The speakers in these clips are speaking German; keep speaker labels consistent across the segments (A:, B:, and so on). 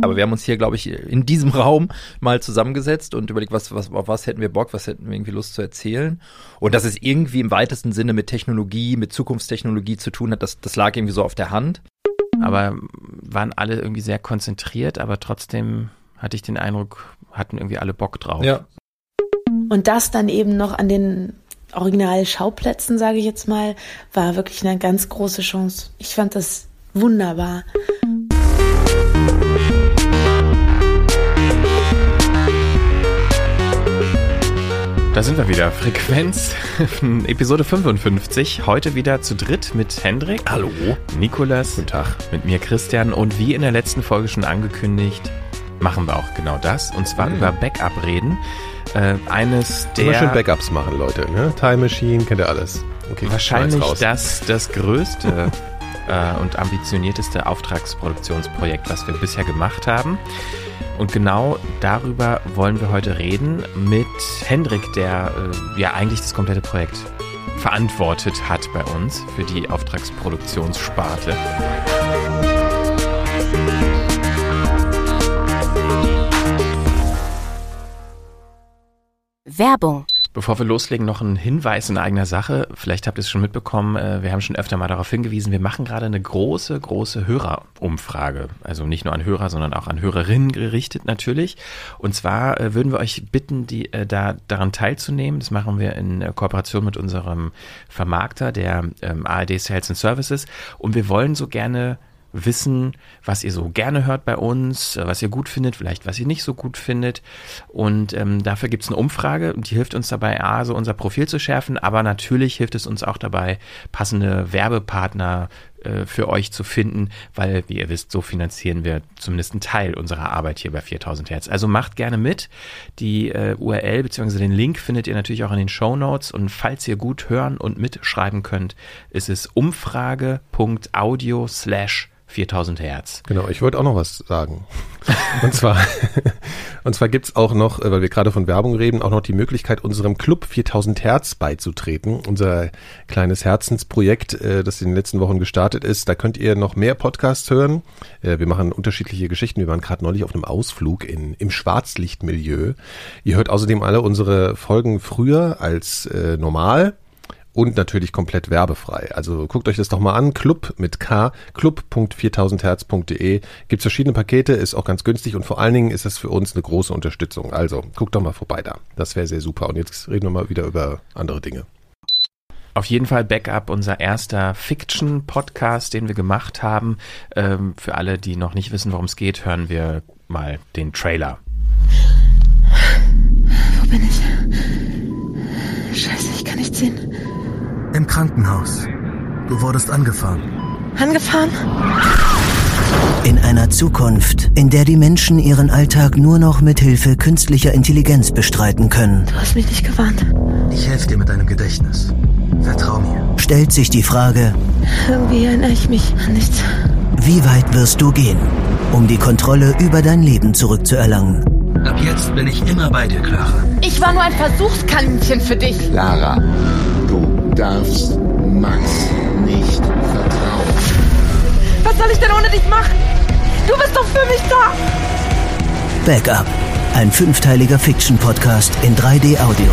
A: Aber wir haben uns hier, glaube ich, in diesem Raum mal zusammengesetzt und überlegt, auf was hätten wir Bock, was hätten wir irgendwie Lust zu erzählen. Und dass es irgendwie im weitesten Sinne mit Technologie, mit Zukunftstechnologie zu tun hat, das lag irgendwie so auf der Hand.
B: Aber waren alle irgendwie sehr konzentriert, aber trotzdem hatte ich den Eindruck, hatten irgendwie alle Bock drauf.
A: Ja.
C: Und das dann eben noch an den Original-Schauplätzen, sage ich jetzt mal, war wirklich eine ganz große Chance. Ich fand das wunderbar.
B: Da sind wir wieder. Frequenz, Episode 55. Heute wieder zu dritt mit Hendrik.
A: Hallo.
B: Nikolas.
A: Guten Tag.
B: Mit mir Christian. Und wie in der letzten Folge schon angekündigt, machen wir auch genau das. Und zwar über Backup reden. Eines der...
D: Immer schön Backups machen, Leute. Ne? Time Machine, kennt ihr alles. Okay,
B: wahrscheinlich das größte und ambitionierteste Auftragsproduktionsprojekt, was wir bisher gemacht haben. Und genau darüber wollen wir heute reden mit Hendrik, der ja eigentlich das komplette Projekt verantwortet hat bei uns für die Auftragsproduktionssparte.
E: Werbung.
B: Bevor wir loslegen, noch ein Hinweis in eigener Sache. Vielleicht habt ihr es schon mitbekommen, wir haben schon öfter mal darauf hingewiesen, wir machen gerade eine große Hörerumfrage. Also nicht nur an Hörer, sondern auch an Hörerinnen gerichtet natürlich. Und zwar würden wir euch bitten, daran teilzunehmen. Das machen wir in Kooperation mit unserem Vermarkter, der ARD Sales and Services. Und wir wollen so gerne wissen, was ihr so gerne hört bei uns, was ihr gut findet, vielleicht was ihr nicht so gut findet. Und dafür gibt es eine Umfrage, die hilft uns dabei, so unser Profil zu schärfen, aber natürlich hilft es uns auch dabei, passende Werbepartner für euch zu finden, weil, wie ihr wisst, so finanzieren wir zumindest einen Teil unserer Arbeit hier bei 4000 Hertz. Also macht gerne mit. Die URL bzw. den Link findet ihr natürlich auch in den Shownotes. Und falls ihr gut hören und mitschreiben könnt, ist es umfrage.audio/4000 Hertz.
D: Genau, ich wollte auch noch was sagen. Und zwar gibt's auch noch, weil wir gerade von Werbung reden, auch noch die Möglichkeit, unserem Club 4000 Hertz beizutreten. Unser kleines Herzensprojekt, das in den letzten Wochen gestartet ist. Da könnt ihr noch mehr Podcasts hören. Wir machen unterschiedliche Geschichten. Wir waren gerade neulich auf einem Ausflug im Schwarzlichtmilieu. Ihr hört außerdem alle unsere Folgen früher als normal. Und natürlich komplett werbefrei. Also guckt euch das doch mal an. Club mit K, club.4000herz.de. Gibt's verschiedene Pakete, ist auch ganz günstig und vor allen Dingen ist das für uns eine große Unterstützung. Also guckt doch mal vorbei da. Das wäre sehr super. Und jetzt reden wir mal wieder über andere Dinge.
B: Auf jeden Fall Backup, unser erster Fiction-Podcast, den wir gemacht haben. Für alle, die noch nicht wissen, worum es geht, hören wir mal den Trailer.
C: Wo bin ich? Scheiße, ich kann nichts sehen.
F: Im Krankenhaus. Du wurdest angefahren.
C: Angefahren?
F: In einer Zukunft, in der die Menschen ihren Alltag nur noch mit Hilfe künstlicher Intelligenz bestreiten können.
C: Du hast mich nicht gewarnt.
F: Ich helfe dir mit deinem Gedächtnis. Vertrau mir. Stellt sich die Frage,
C: irgendwie erinnere ich mich an nichts.
F: Wie weit wirst du gehen, um die Kontrolle über dein Leben zurückzuerlangen? Ab jetzt bin ich immer bei dir, Clara.
G: Ich war nur ein Versuchskaninchen für dich.
H: Clara, du darfst Max nicht vertrauen.
G: Was soll ich denn ohne dich machen? Du bist doch für mich da.
F: Backup. Ein 5-teiliger Fiction-Podcast in 3D-Audio.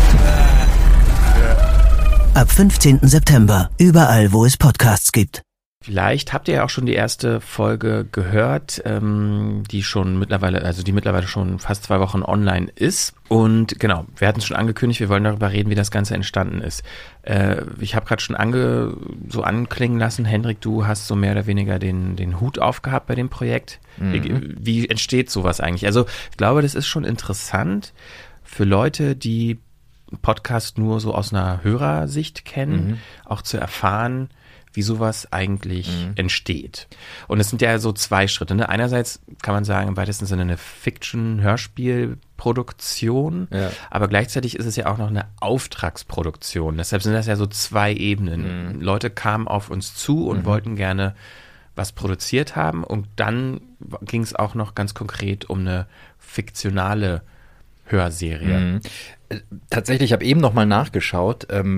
F: Ab 15. September. Überall, wo es Podcasts gibt.
B: Vielleicht habt ihr ja auch schon die erste Folge gehört, die mittlerweile schon fast 2 Wochen online ist. Und genau, wir hatten es schon angekündigt, wir wollen darüber reden, wie das Ganze entstanden ist. Ich habe gerade schon anklingen lassen, Hendrik, du hast so mehr oder weniger den Hut aufgehabt bei dem Projekt. Wie entsteht sowas eigentlich? Also ich glaube, das ist schon interessant für Leute, die Podcast nur so aus einer Hörersicht kennen, auch zu erfahren, wie sowas eigentlich entsteht. Und es sind ja so 2 Schritte. Ne? Einerseits kann man sagen, im weitesten Sinne eine Fiction-Hörspielproduktion, aber gleichzeitig ist es ja auch noch eine Auftragsproduktion. Deshalb sind das ja so 2 Ebenen. Leute kamen auf uns zu und wollten gerne was produziert haben und dann ging es auch noch ganz konkret um eine fiktionale Hörserie.
A: Tatsächlich, ich habe eben noch mal nachgeschaut,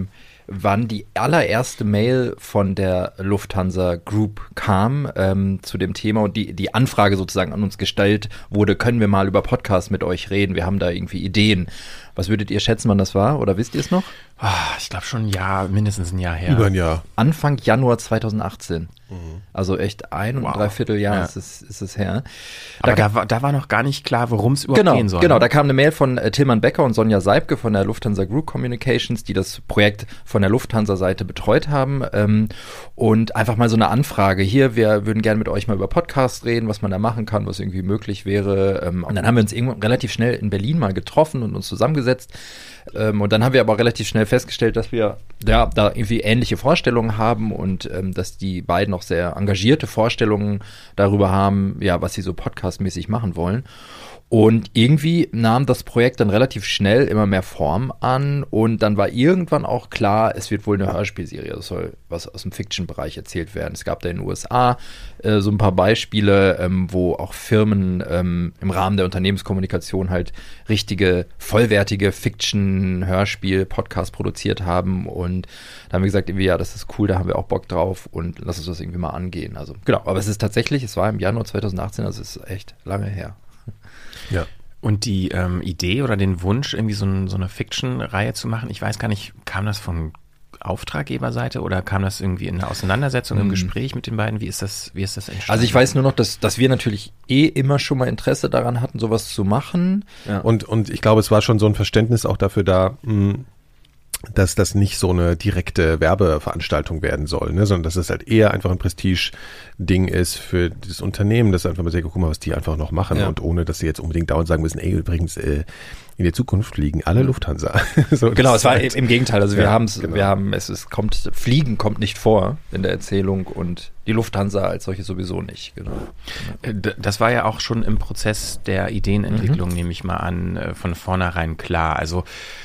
A: wann die allererste Mail von der Lufthansa Group kam zu dem Thema und die Anfrage sozusagen an uns gestellt wurde, können wir mal über Podcasts mit euch reden, wir haben da irgendwie Ideen. Was würdet ihr schätzen, wann das war? Oder wisst ihr es noch?
B: Ich glaube schon mindestens ein Jahr her.
D: Über ein Jahr.
A: Anfang Januar 2018. Also echt 1,75 Jahr ist es her.
B: Aber da war noch gar nicht klar, worum es überhaupt gehen soll.
A: Genau, da kam eine Mail von Tilman Becker und Sonja Seibke von der Lufthansa Group Communications, die das Projekt von der Lufthansa-Seite betreut haben. Und einfach mal so eine Anfrage. Hier, wir würden gerne mit euch mal über Podcasts reden, was man da machen kann, was irgendwie möglich wäre. Und dann haben wir uns irgendwann relativ schnell in Berlin mal getroffen und uns zusammengesetzt. Und dann haben wir aber relativ schnell festgestellt, dass wir da irgendwie ähnliche Vorstellungen haben und dass die beiden auch sehr engagierte Vorstellungen darüber haben, ja, was sie so podcastmäßig machen wollen. Und irgendwie nahm das Projekt dann relativ schnell immer mehr Form an und dann war irgendwann auch klar, es wird wohl eine Hörspielserie, das soll was aus dem Fiction-Bereich erzählt werden. Es gab da in den USA so ein paar Beispiele, wo auch Firmen im Rahmen der Unternehmenskommunikation halt richtige, vollwertige Fiction-Hörspiel-Podcasts produziert haben und da haben wir gesagt, irgendwie, ja, das ist cool, da haben wir auch Bock drauf und lass uns das irgendwie mal angehen. Also genau, aber es war im Januar 2018, also es ist echt lange her.
D: Ja.
B: Und die Idee oder den Wunsch, irgendwie so eine Fiction-Reihe zu machen, ich weiß gar nicht, kam das von Auftraggeberseite oder kam das irgendwie in einer Auseinandersetzung, im Gespräch mit den beiden? Wie ist das entstanden?
A: Also ich weiß nur noch, dass wir natürlich immer schon mal Interesse daran hatten, sowas zu machen.
D: Ja. Und ich glaube, es war schon so ein Verständnis auch dafür da, dass das nicht so eine direkte Werbeveranstaltung werden soll, ne, sondern dass es halt eher einfach ein Prestige-Ding ist für das Unternehmen, dass einfach mal sagen, guck mal, was die einfach noch machen und ohne, dass sie jetzt unbedingt dauernd sagen müssen, ey, übrigens, in der Zukunft fliegen alle Lufthansa. So,
A: genau, es war halt im Gegenteil, also Fliegen kommt nicht vor in der Erzählung und die Lufthansa als solche sowieso nicht, genau.
B: Das war ja auch schon im Prozess der Ideenentwicklung, nehme ich mal an, von vornherein klar, also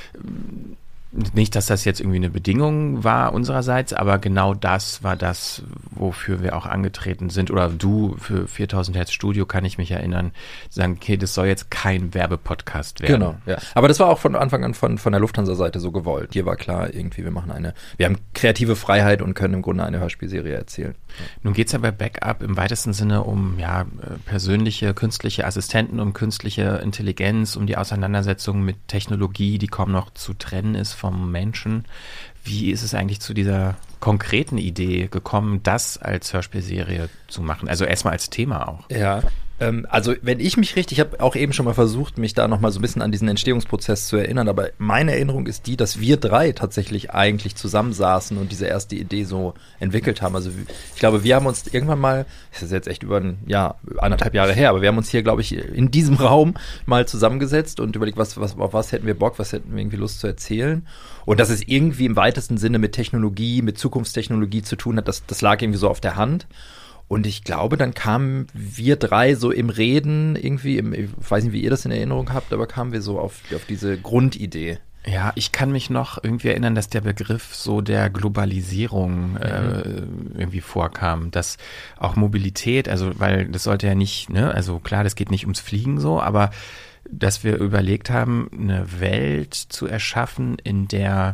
B: nicht, dass das jetzt irgendwie eine Bedingung war unsererseits, aber genau das war das, wofür wir auch angetreten sind. Oder du für 4000 Hertz Studio, kann ich mich erinnern, sagen, okay, das soll jetzt kein Werbepodcast werden.
A: Genau, ja. Aber das war auch von Anfang an von der Lufthansa-Seite so gewollt. Hier war klar, irgendwie, wir haben kreative Freiheit und können im Grunde eine Hörspielserie erzählen. Ja.
B: Nun geht's ja bei Backup im weitesten Sinne um persönliche, künstliche Assistenten, um künstliche Intelligenz, um die Auseinandersetzung mit Technologie, die kaum noch zu trennen ist vom Menschen. Wie ist es eigentlich zu dieser konkreten Idee gekommen, das als Hörspielserie zu machen? Also erstmal als Thema auch.
A: Ja, also wenn ich mich ich habe auch eben schon mal versucht, mich da nochmal so ein bisschen an diesen Entstehungsprozess zu erinnern, aber meine Erinnerung ist die, dass wir drei tatsächlich eigentlich zusammensaßen und diese erste Idee so entwickelt haben. Also ich glaube, wir haben uns irgendwann mal, das ist jetzt echt über 1,5 Jahre her, aber wir haben uns hier, glaube ich, in diesem Raum mal zusammengesetzt und überlegt, auf was hätten wir Bock, was hätten wir irgendwie Lust zu erzählen. Und dass es irgendwie im weitesten Sinne mit Technologie, mit Zukunftstechnologie zu tun hat, das lag irgendwie so auf der Hand. Und ich glaube, dann kamen wir drei so im Reden irgendwie, ich weiß nicht, wie ihr das in Erinnerung habt, aber kamen wir so auf diese Grundidee.
B: Ja, ich kann mich noch irgendwie erinnern, dass der Begriff so der Globalisierung irgendwie vorkam, dass auch Mobilität, also weil das sollte ja nicht, ne, also klar, das geht nicht ums Fliegen so, aber dass wir überlegt haben, eine Welt zu erschaffen, in der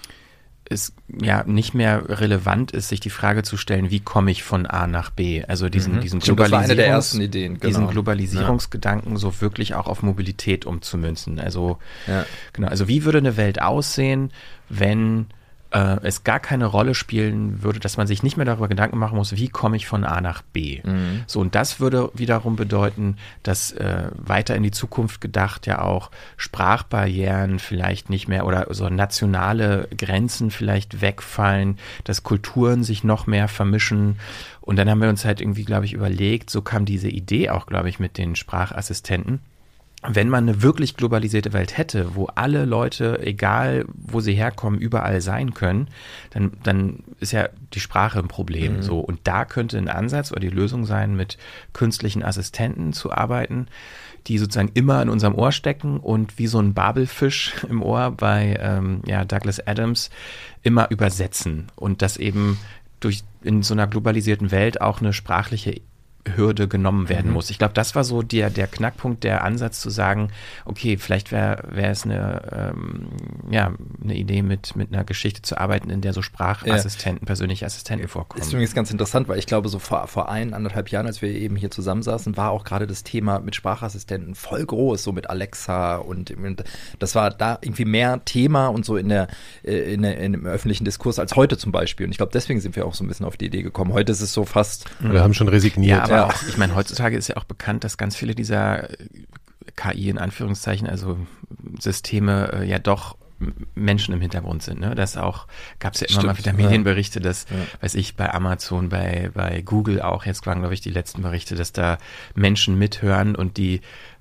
B: es ja nicht mehr relevant ist, sich die Frage zu stellen, wie komme ich von A nach B? Also diesen
A: das war eine der ersten Ideen, genau.
B: Diesen Globalisierungsgedanken so wirklich auch auf Mobilität umzumünzen. Also genau, also wie würde eine Welt aussehen, wenn es gar keine Rolle spielen würde, dass man sich nicht mehr darüber Gedanken machen muss, wie komme ich von A nach B. So, und das würde wiederum bedeuten, dass weiter in die Zukunft gedacht ja auch Sprachbarrieren vielleicht nicht mehr oder so nationale Grenzen vielleicht wegfallen, dass Kulturen sich noch mehr vermischen. Und dann haben wir uns halt irgendwie, glaube ich, überlegt, so kam diese Idee auch, glaube ich, mit den Sprachassistenten. Wenn man eine wirklich globalisierte Welt hätte, wo alle Leute, egal wo sie herkommen, überall sein können, dann ist ja die Sprache ein Problem. So. Und da könnte ein Ansatz oder die Lösung sein, mit künstlichen Assistenten zu arbeiten, die sozusagen immer in unserem Ohr stecken und wie so ein Babelfisch im Ohr bei Douglas Adams immer übersetzen und das eben in so einer globalisierten Welt auch eine sprachliche Hürde genommen werden muss. Ich glaube, das war so der Knackpunkt, der Ansatz zu sagen, okay, vielleicht wäre es eine Idee, mit einer Geschichte zu arbeiten, in der so Sprachassistenten, persönliche Assistenten vorkommen.
A: Das ist übrigens ganz interessant, weil ich glaube, so vor 1,5 Jahren, als wir eben hier zusammensaßen, war auch gerade das Thema mit Sprachassistenten voll groß, so mit Alexa und das war da irgendwie mehr Thema und so im öffentlichen Diskurs als heute zum Beispiel. Und ich glaube, deswegen sind wir auch so ein bisschen auf die Idee gekommen. Heute ist es so fast.
D: Wir haben schon resigniert.
B: Ja, aber auch, ich meine, heutzutage ist ja auch bekannt, dass ganz viele dieser KI in Anführungszeichen, also Systeme ja doch Menschen im Hintergrund sind. Ne? Das auch, gab es ja immer mal wieder Medienberichte, dass, weiß ich, bei Amazon, bei Google auch, jetzt waren, glaube ich, die letzten Berichte, dass da Menschen mithören und die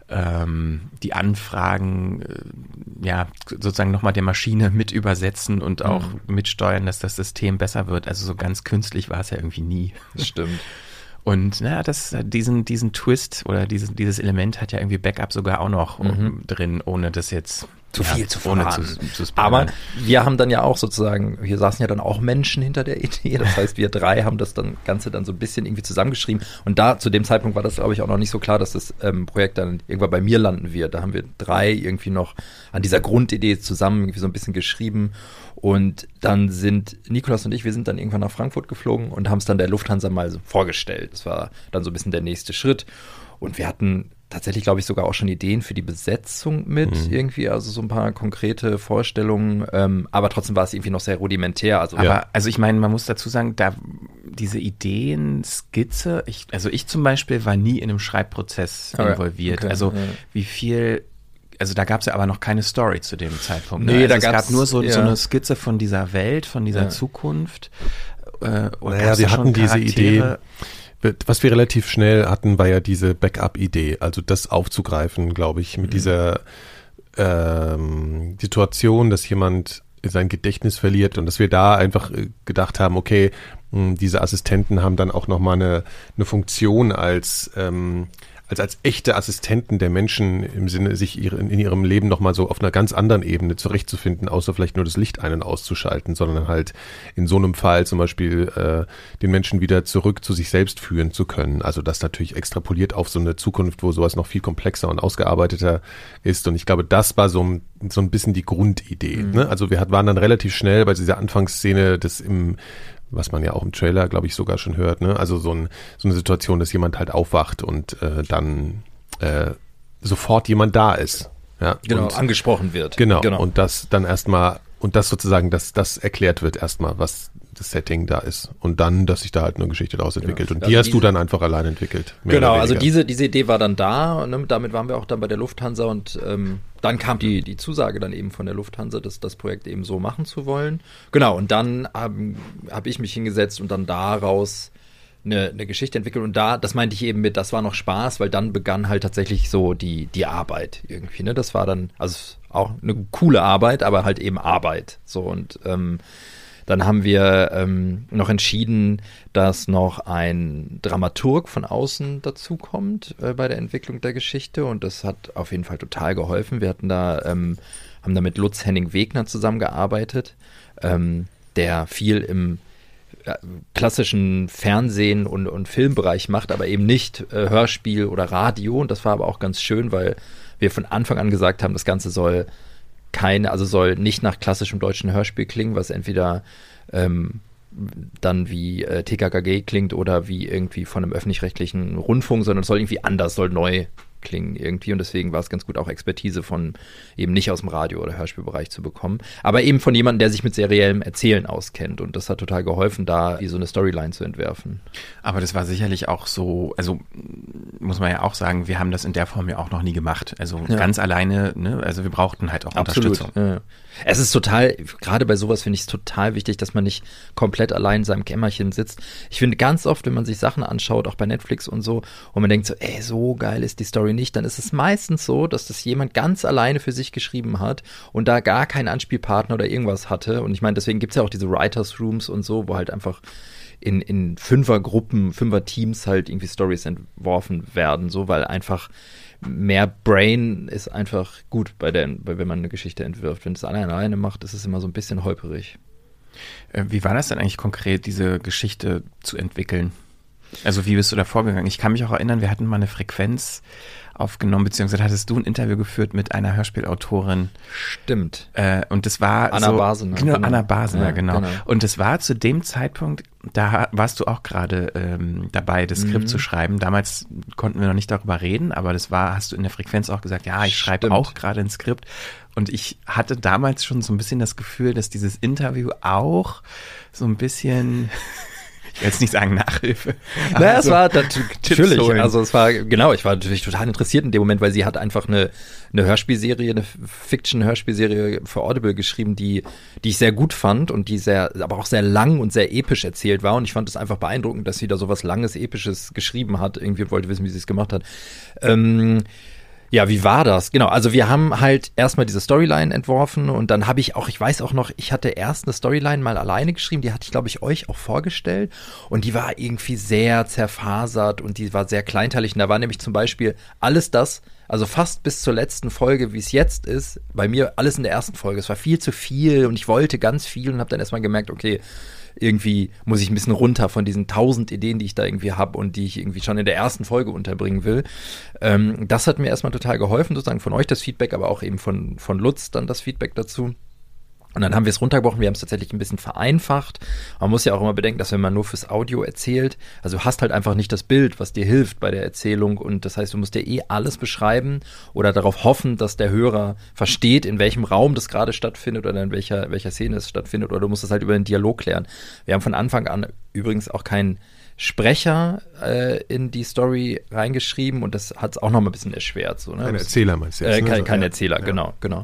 B: Anfragen sozusagen nochmal der Maschine mit übersetzen und auch mitsteuern, dass das System besser wird. Also so ganz künstlich war es ja irgendwie nie.
A: Das stimmt.
B: Und diesen Twist oder dieses Element hat ja irgendwie Backup sogar auch noch drin, ohne das jetzt
A: zu viel zu verraten.
B: Zu
A: aber wir haben dann ja auch sozusagen, hier saßen ja dann auch Menschen hinter der Idee, das heißt, wir drei haben das Ganze dann so ein bisschen irgendwie zusammengeschrieben und zu dem Zeitpunkt war das, glaube ich, auch noch nicht so klar, dass das Projekt dann irgendwann bei mir landen wird. Da haben wir drei irgendwie noch an dieser Grundidee zusammen irgendwie so ein bisschen geschrieben und dann sind Nikolas und ich, wir sind dann irgendwann nach Frankfurt geflogen und haben es dann der Lufthansa mal so vorgestellt. Das war dann so ein bisschen der nächste Schritt und wir hatten tatsächlich, glaube ich, sogar auch schon Ideen für die Besetzung mit irgendwie, also so ein paar konkrete Vorstellungen, aber trotzdem war es irgendwie noch sehr rudimentär. Also
B: ich meine, man muss dazu sagen, da diese Ideenskizze, ich zum Beispiel war nie in einem Schreibprozess involviert. Okay, wie viel, also da gab es ja aber noch keine Story zu dem Zeitpunkt.
A: Nee,
B: also es gab nur so eine Skizze von dieser Welt, von dieser Zukunft.
D: Wir hatten diese Idee. Was wir relativ schnell hatten, war ja diese Backup-Idee, also das aufzugreifen, glaube ich, mit dieser Situation, dass jemand sein Gedächtnis verliert und dass wir da einfach gedacht haben, okay, diese Assistenten haben dann auch nochmal eine Funktion als echte Assistenten der Menschen im Sinne, sich in ihrem Leben nochmal so auf einer ganz anderen Ebene zurechtzufinden, außer vielleicht nur das Licht ein- und auszuschalten, sondern halt in so einem Fall zum Beispiel den Menschen wieder zurück zu sich selbst führen zu können. Also das natürlich extrapoliert auf so eine Zukunft, wo sowas noch viel komplexer und ausgearbeiteter ist. Und ich glaube, das war so ein bisschen die Grundidee. Ne? Also wir waren dann relativ schnell bei dieser Anfangsszene was man ja auch im Trailer, glaube ich, sogar schon hört, ne? Also so eine Situation, dass jemand halt aufwacht und dann sofort jemand da ist. Ja?
A: Genau,
D: und
A: angesprochen wird.
D: Genau. Und das dann erstmal, und das sozusagen, dass das erklärt wird erstmal, was das Setting da ist. Und dann, dass sich da halt eine Geschichte daraus entwickelt. Genau. Und die hast du dann einfach allein entwickelt.
A: Genau, also diese Idee war dann da. Ne? Damit waren wir auch dann bei der Lufthansa und dann kam die Zusage dann eben von der Lufthansa, das Projekt eben so machen zu wollen. Genau, und dann hab ich mich hingesetzt und dann daraus eine Geschichte entwickelt. Und das meinte ich eben das war noch Spaß, weil dann begann halt tatsächlich so die Arbeit irgendwie. Ne? Das war dann, also auch eine coole Arbeit, aber halt eben Arbeit. So und dann haben wir noch entschieden, dass noch ein Dramaturg von außen dazukommt bei der Entwicklung der Geschichte und das hat auf jeden Fall total geholfen. Wir hatten haben da mit Lutz Henning-Wegner zusammengearbeitet, der viel im klassischen Fernsehen und Filmbereich macht, aber eben nicht Hörspiel oder Radio und das war aber auch ganz schön, weil wir von Anfang an gesagt haben, das Ganze soll nicht nach klassischem deutschen Hörspiel klingen, was entweder dann wie TKKG klingt oder wie irgendwie von einem öffentlich-rechtlichen Rundfunk, sondern es soll irgendwie anders, soll neu klingen irgendwie und deswegen war es ganz gut, auch Expertise von eben nicht aus dem Radio- oder Hörspielbereich zu bekommen, aber eben von jemandem, der sich mit seriellem Erzählen auskennt und das hat total geholfen, da so eine Storyline zu entwerfen.
B: Aber das war sicherlich auch so, also muss man ja auch sagen, wir haben das in der Form ja auch noch nie gemacht, also ganz alleine, ne? Also wir brauchten halt auch Unterstützung.
A: Ja. Es ist total, gerade bei sowas finde ich es total wichtig, dass man nicht komplett allein in seinem Kämmerchen sitzt. Ich finde ganz oft, wenn man sich Sachen anschaut, auch bei Netflix und so, und man denkt so, so geil ist die Story nicht, dann ist es meistens so, dass das jemand ganz alleine für sich geschrieben hat und da gar keinen Anspielpartner oder irgendwas hatte. Und ich meine, deswegen gibt es ja auch diese Writers Rooms und so, wo halt einfach in Fünfergruppen, Fünfer-Teams halt irgendwie Stories entworfen werden, so, weil einfach mehr Brain ist einfach gut, wenn man eine Geschichte entwirft. Wenn es alleine macht, ist es immer so ein bisschen holperig.
B: Wie war das denn eigentlich konkret, diese Geschichte zu entwickeln? Also wie bist du da vorgegangen? Ich kann mich auch erinnern, wir hatten mal eine Frequenz aufgenommen, beziehungsweise hattest du ein Interview geführt mit einer Hörspielautorin.
A: Stimmt.
B: Und das war
A: Anna Basener.
B: Genau, Anna Basener,
A: Ja,
B: genau.
A: genau.
B: Und das war zu dem Zeitpunkt, da warst du auch gerade dabei, das Skript zu schreiben. Damals konnten wir noch nicht darüber reden, aber hast du in der Frequenz auch gesagt, ja, ich schreibe
A: Stimmt.
B: auch gerade ein Skript. Und ich hatte damals schon so ein bisschen das Gefühl, dass dieses Interview auch so ein bisschen... Ich will jetzt nicht sagen Nachhilfe.
A: Naja,
B: Also,
A: es war natürlich,
B: holen.
A: also es war, genau, ich war natürlich total interessiert in dem Moment, weil sie hat einfach eine Hörspielserie, eine Fiction-Hörspielserie für Audible geschrieben, die ich sehr gut fand und die aber auch sehr lang und sehr episch erzählt war und ich fand es einfach beeindruckend, dass sie da so was Langes, Episches geschrieben hat, irgendwie wollte wissen, wie sie es gemacht hat. Ja, wie war das? Genau, also wir haben halt erstmal diese Storyline entworfen und dann habe ich weiß auch noch, ich hatte erst eine Storyline mal alleine geschrieben, die hatte ich, glaube ich, euch auch vorgestellt und die war irgendwie sehr zerfasert und die war sehr kleinteilig und da war nämlich zum Beispiel alles das, also fast bis zur letzten Folge, wie es jetzt ist, bei mir alles in der ersten Folge. Es war viel zu viel und ich wollte ganz viel und habe dann erstmal gemerkt, okay, irgendwie muss ich ein bisschen runter von diesen 1000 Ideen, die ich da irgendwie habe und die ich irgendwie schon in der ersten Folge unterbringen will. Das hat mir erstmal total geholfen, sozusagen von euch das Feedback, aber auch eben von Lutz dann das Feedback dazu. Und dann haben wir es runtergebrochen, wir haben es tatsächlich ein bisschen vereinfacht. Man muss ja auch immer bedenken, dass wenn man nur fürs Audio erzählt, also du hast halt einfach nicht das Bild, was dir hilft bei der Erzählung und das heißt, du musst dir alles beschreiben oder darauf hoffen, dass der Hörer versteht, in welchem Raum das gerade stattfindet oder in welcher Szene es stattfindet oder du musst es halt über den Dialog klären. Wir haben von Anfang an übrigens auch keinen Sprecher in die Story reingeschrieben und das hat es auch noch mal ein bisschen erschwert. So, ne?
D: Kein Erzähler meinst du jetzt?
A: Kein Erzähler, ja. Genau.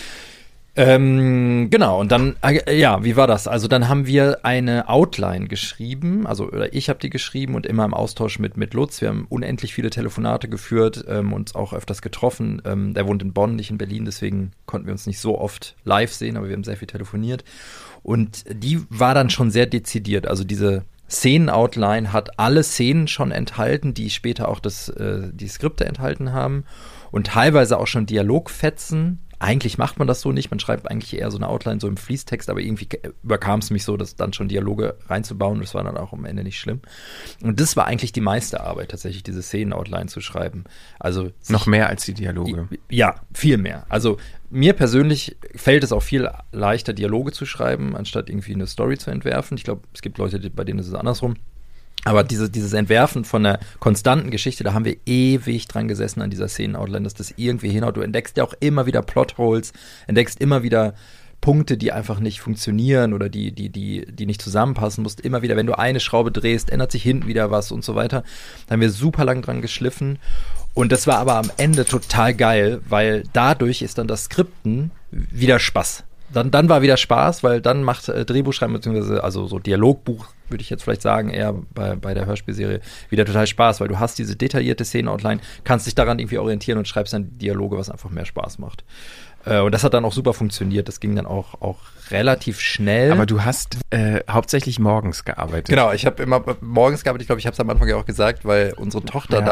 A: Genau, und dann, wie war das? Also dann haben wir eine Outline geschrieben, oder ich habe die geschrieben und immer im Austausch mit Lutz. Wir haben unendlich viele Telefonate geführt, uns auch öfters getroffen. Der wohnt in Bonn, nicht in Berlin, deswegen konnten wir uns nicht so oft live sehen, aber wir haben sehr viel telefoniert. Und die war dann schon sehr dezidiert, also diese Szenen-Outline hat alle Szenen schon enthalten, die später auch die Skripte enthalten haben und teilweise auch schon Dialogfetzen. Eigentlich macht man das so nicht, man schreibt eigentlich eher so eine Outline so im Fließtext, aber irgendwie überkam es mich so, dass dann schon Dialoge reinzubauen und das war dann auch am Ende nicht schlimm. Und das war eigentlich die meiste Arbeit, tatsächlich diese Szenen-Outline zu schreiben. Also
B: noch mehr als die Dialoge?
A: Ja, viel mehr. Also mir persönlich fällt es auch viel leichter, Dialoge zu schreiben, anstatt irgendwie eine Story zu entwerfen. Ich glaube, es gibt Leute, bei denen ist es andersrum. Aber dieses Entwerfen von einer konstanten Geschichte, da haben wir ewig dran gesessen an dieser Szenen-Outline, dass das irgendwie hinhaut. Du entdeckst ja auch immer wieder Plotholes, entdeckst immer wieder Punkte, die einfach nicht funktionieren oder die nicht zusammenpassen. Musst immer wieder, wenn du eine Schraube drehst, ändert sich hinten wieder was und so weiter. Da haben wir super lang dran geschliffen. Und das war aber am Ende total geil, weil dadurch ist dann das Skripten wieder Spaß. Dann war wieder Spaß, weil dann macht Drehbuchschreiben, beziehungsweise also so Dialogbuch, würde ich jetzt vielleicht sagen, eher bei der Hörspielserie, wieder total Spaß, weil du hast diese detaillierte Szenen-Outline, kannst dich daran irgendwie orientieren und schreibst dann Dialoge, was einfach mehr Spaß macht. Und das hat dann auch super funktioniert, das ging dann auch relativ schnell.
B: Aber du hast hauptsächlich morgens gearbeitet.
A: Genau, ich habe immer morgens gearbeitet, ich glaube, ich habe es am Anfang ja auch gesagt, weil unsere Tochter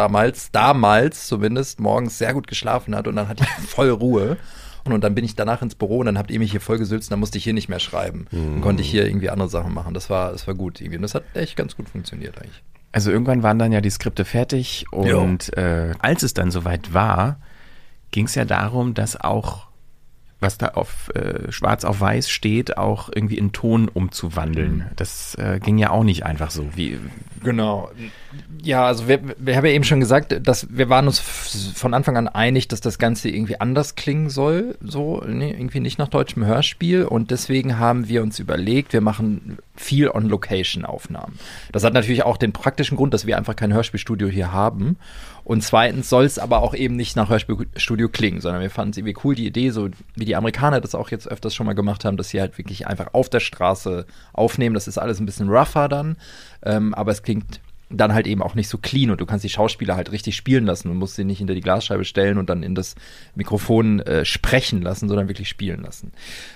A: damals zumindest morgens sehr gut geschlafen hat und dann hatte ich voll Ruhe. Und dann bin ich danach ins Büro und dann habt ihr mich hier vollgesülzt und dann musste ich hier nicht mehr schreiben. Dann konnte ich hier irgendwie andere Sachen machen. Das war gut irgendwie. Und das hat echt ganz gut funktioniert eigentlich.
B: Also irgendwann waren dann ja die Skripte fertig und als es dann soweit war, ging es ja darum, dass auch, was da auf schwarz auf weiß steht, auch irgendwie in Ton umzuwandeln. Das ging ja auch nicht einfach so.
A: Genau. Ja, also wir haben ja eben schon gesagt, dass wir waren uns von Anfang an einig, dass das Ganze irgendwie anders klingen soll, so irgendwie nicht nach deutschem Hörspiel und deswegen haben wir uns überlegt, wir machen viel On-Location-Aufnahmen. Das hat natürlich auch den praktischen Grund, dass wir einfach kein Hörspielstudio hier haben und zweitens soll es aber auch eben nicht nach Hörspielstudio klingen, sondern wir fanden es irgendwie cool, die Idee, so wie die Amerikaner das auch jetzt öfters schon mal gemacht haben, dass sie halt wirklich einfach auf der Straße aufnehmen, das ist alles ein bisschen rougher dann, aber es klingt dann halt eben auch nicht so clean und du kannst die Schauspieler halt richtig spielen lassen und musst sie nicht hinter die Glasscheibe stellen und dann in das Mikrofon sprechen lassen, sondern wirklich spielen lassen.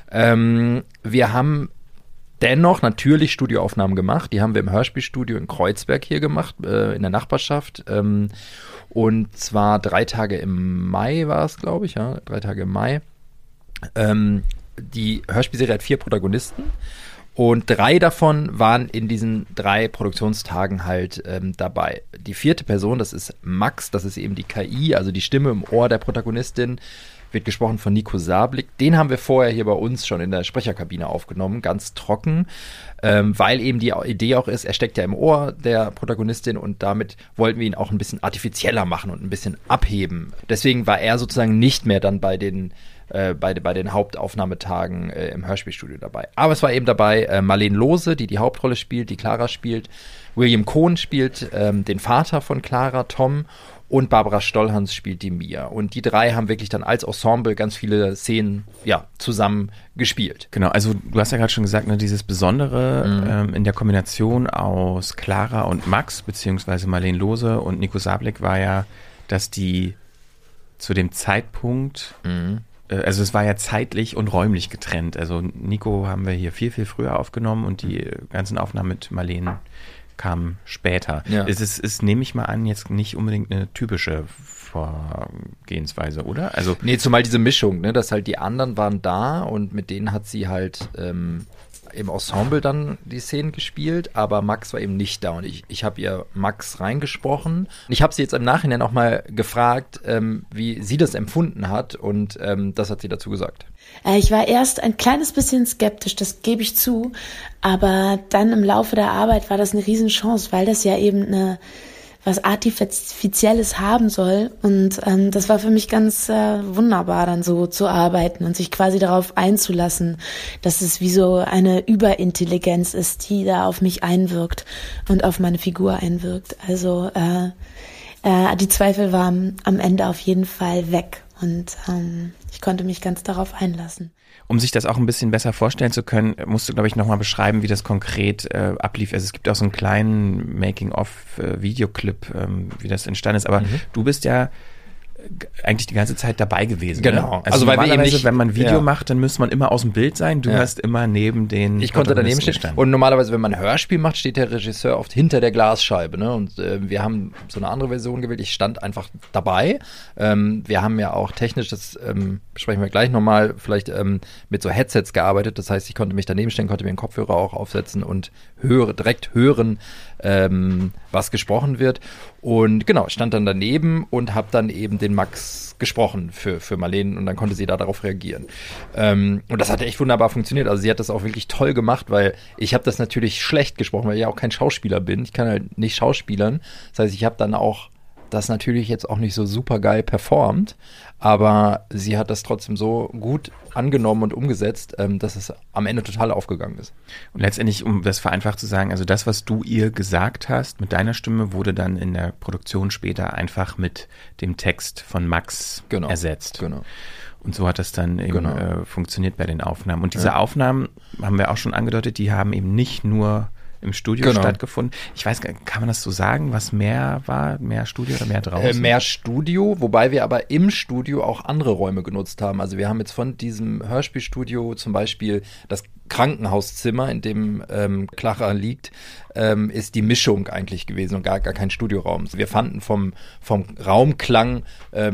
A: Wir haben dennoch natürlich Studioaufnahmen gemacht, die haben wir im Hörspielstudio in Kreuzberg hier gemacht, in der Nachbarschaft und zwar 3 Tage im Mai war es, glaube ich, ja, 3 Tage im Mai. Die Hörspielserie hat 4 Protagonisten. Und 3 davon waren in diesen 3 Produktionstagen halt dabei. Die 4. Person, das ist Max, das ist eben die KI, also die Stimme im Ohr der Protagonistin, wird gesprochen von Nico Sablik. Den haben wir vorher hier bei uns schon in der Sprecherkabine aufgenommen, ganz trocken, weil eben die Idee auch ist, er steckt ja im Ohr der Protagonistin und damit wollten wir ihn auch ein bisschen artifizieller machen und ein bisschen abheben. Deswegen war er sozusagen nicht mehr dann bei den Hauptaufnahmetagen im Hörspielstudio dabei. Aber es war eben dabei Marlene Lohse, die Hauptrolle spielt, die Clara spielt. William Cohn spielt den Vater von Clara, Tom. Und Barbara Stollhans spielt die Mia. Und die 3 haben wirklich dann als Ensemble ganz viele Szenen zusammen gespielt.
B: Genau, also du hast ja gerade schon gesagt, ne, dieses Besondere in der Kombination aus Clara und Max, beziehungsweise Marlene Lohse und Nico Sablik war ja, dass die zu dem Zeitpunkt, also es war ja zeitlich und räumlich getrennt. Also Nico haben wir hier viel, viel früher aufgenommen und die ganzen Aufnahmen mit Marlene kam später. Ja. Es ist, nehme ich mal an, jetzt nicht unbedingt eine typische Vorgehensweise, oder? Also
A: nee, zumal diese Mischung, ne, dass halt die anderen waren da und mit denen hat sie halt im Ensemble dann die Szenen gespielt, aber Max war eben nicht da und ich habe ihr Max reingesprochen. Ich habe sie jetzt im Nachhinein auch mal gefragt, wie sie das empfunden hat und das hat sie dazu gesagt.
C: Ich war erst ein kleines bisschen skeptisch, das gebe ich zu, aber dann im Laufe der Arbeit war das eine Riesenchance, weil das ja eben was Artifizielles haben soll und das war für mich ganz wunderbar, dann so zu arbeiten und sich quasi darauf einzulassen, dass es wie so eine Überintelligenz ist, die da auf mich einwirkt und auf meine Figur einwirkt. Also die Zweifel waren am Ende auf jeden Fall weg und ich konnte mich ganz darauf einlassen.
B: Um sich das auch ein bisschen besser vorstellen zu können, musst du, glaube ich, nochmal beschreiben, wie das konkret ablief. Also es gibt auch so einen kleinen Making-of-Videoclip, wie das entstanden ist. Aber du bist ja eigentlich die ganze Zeit dabei gewesen.
A: Genau.
B: Ne? Also weil wir eben nicht, wenn man ein Video macht, dann müsste man immer aus dem Bild sein. Du hast immer neben den
A: Ich konnte daneben stehen. Und normalerweise, wenn man ein Hörspiel macht, steht der Regisseur oft hinter der Glasscheibe. Ne? Und wir haben so eine andere Version gewählt. Ich stand einfach dabei. Wir haben ja auch technisch, das besprechen wir gleich nochmal, vielleicht mit so Headsets gearbeitet. Das heißt, ich konnte mich daneben stellen, konnte mir einen Kopfhörer auch aufsetzen und direkt hören, was gesprochen wird. Und genau, stand dann daneben und habe dann eben den Max gesprochen für Marlene und dann konnte sie da darauf reagieren. Und das hat echt wunderbar funktioniert. Also sie hat das auch wirklich toll gemacht, weil ich habe das natürlich schlecht gesprochen, weil ich ja auch kein Schauspieler bin. Ich kann halt nicht schauspielern. Das heißt, ich habe dann auch das natürlich jetzt auch nicht so super geil performt, aber sie hat das trotzdem so gut angenommen und umgesetzt, dass es am Ende total aufgegangen ist.
B: Und letztendlich, um das vereinfacht zu sagen, also das, was du ihr gesagt hast mit deiner Stimme, wurde dann in der Produktion später einfach mit dem Text von Max ersetzt.
A: Genau.
B: Und so hat das dann eben funktioniert bei den Aufnahmen. Und diese Aufnahmen, haben wir auch schon angedeutet, die haben eben nicht nur im Studio stattgefunden. Ich weiß, kann man das so sagen, was mehr war? Mehr Studio oder mehr draußen?
A: Mehr Studio, wobei wir aber im Studio auch andere Räume genutzt haben. Also wir haben jetzt von diesem Hörspielstudio zum Beispiel das Krankenhauszimmer, in dem Clara liegt, ist die Mischung eigentlich gewesen und gar kein Studioraum. Wir fanden vom Raumklang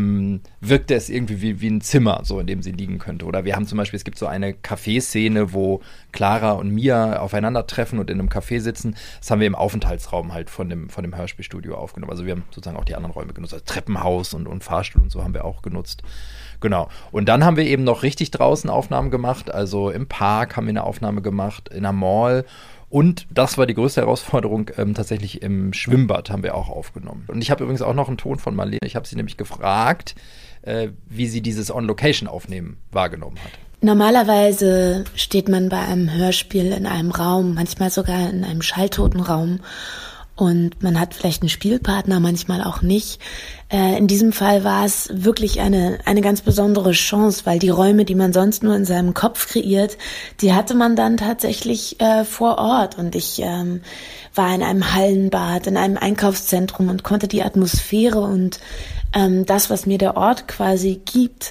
A: wirkte es irgendwie wie ein Zimmer, so in dem sie liegen könnte. Oder wir haben zum Beispiel, es gibt so eine Café-Szene, wo Clara und Mia aufeinandertreffen und in einem Café sitzen. Das haben wir im Aufenthaltsraum halt von dem Hörspielstudio aufgenommen. Also wir haben sozusagen auch die anderen Räume genutzt. Also Treppenhaus und Fahrstuhl und so haben wir auch genutzt. Genau. Und dann haben wir eben noch richtig draußen Aufnahmen gemacht. Also im Park haben wir eine Aufnahme gemacht, in einer Mall. Und das war die größte Herausforderung, tatsächlich im Schwimmbad haben wir auch aufgenommen. Und ich habe übrigens auch noch einen Ton von Marlene. Ich habe sie nämlich gefragt, wie sie dieses On-Location-Aufnehmen wahrgenommen hat.
C: Normalerweise steht man bei einem Hörspiel in einem Raum, manchmal sogar in einem schalltoten Raum. Und man hat vielleicht einen Spielpartner, manchmal auch nicht. In diesem Fall war es wirklich eine ganz besondere Chance, weil die Räume, die man sonst nur in seinem Kopf kreiert, die hatte man dann tatsächlich vor Ort. Und ich war in einem Hallenbad, in einem Einkaufszentrum und konnte die Atmosphäre und das, was mir der Ort quasi gibt,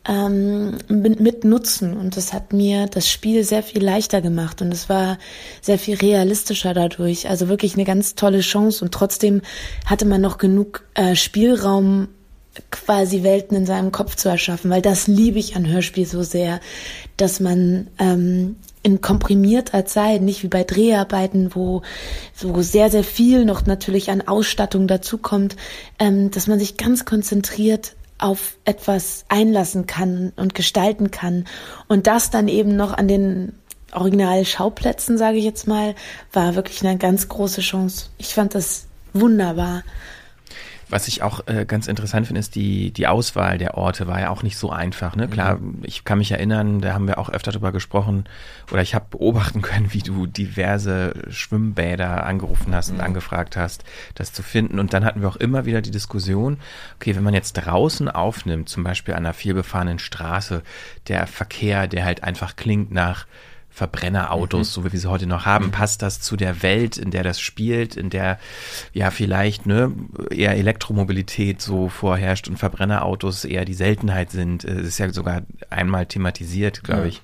C: mit nutzen. Und das hat mir das Spiel sehr viel leichter gemacht und es war sehr viel realistischer dadurch. Also wirklich eine ganz tolle Chance und trotzdem hatte man noch genug Spielraum, quasi Welten in seinem Kopf zu erschaffen, weil das liebe ich an Hörspiel so sehr, dass man in komprimierter Zeit, nicht wie bei Dreharbeiten, wo so sehr, sehr viel noch natürlich an Ausstattung dazukommt, dass man sich ganz konzentriert auf etwas einlassen kann und gestalten kann. Und das dann eben noch an den Original-Schauplätzen, sage ich jetzt mal, war wirklich eine ganz große Chance. Ich fand das wunderbar.
B: Was ich auch ganz interessant finde, ist die Auswahl der Orte war ja auch nicht so einfach. Ne? Klar, ich kann mich erinnern, da haben wir auch öfter drüber gesprochen oder ich habe beobachten können, wie du diverse Schwimmbäder angerufen hast und angefragt hast, das zu finden. Und dann hatten wir auch immer wieder die Diskussion, okay, wenn man jetzt draußen aufnimmt, zum Beispiel an einer vielbefahrenen Straße, der Verkehr, der halt einfach klingt nach Verbrennerautos, so wie wir sie heute noch haben, passt das zu der Welt, in der das spielt, in der ja vielleicht eher Elektromobilität so vorherrscht und Verbrennerautos eher die Seltenheit sind. Es ist ja sogar einmal thematisiert, glaube ich,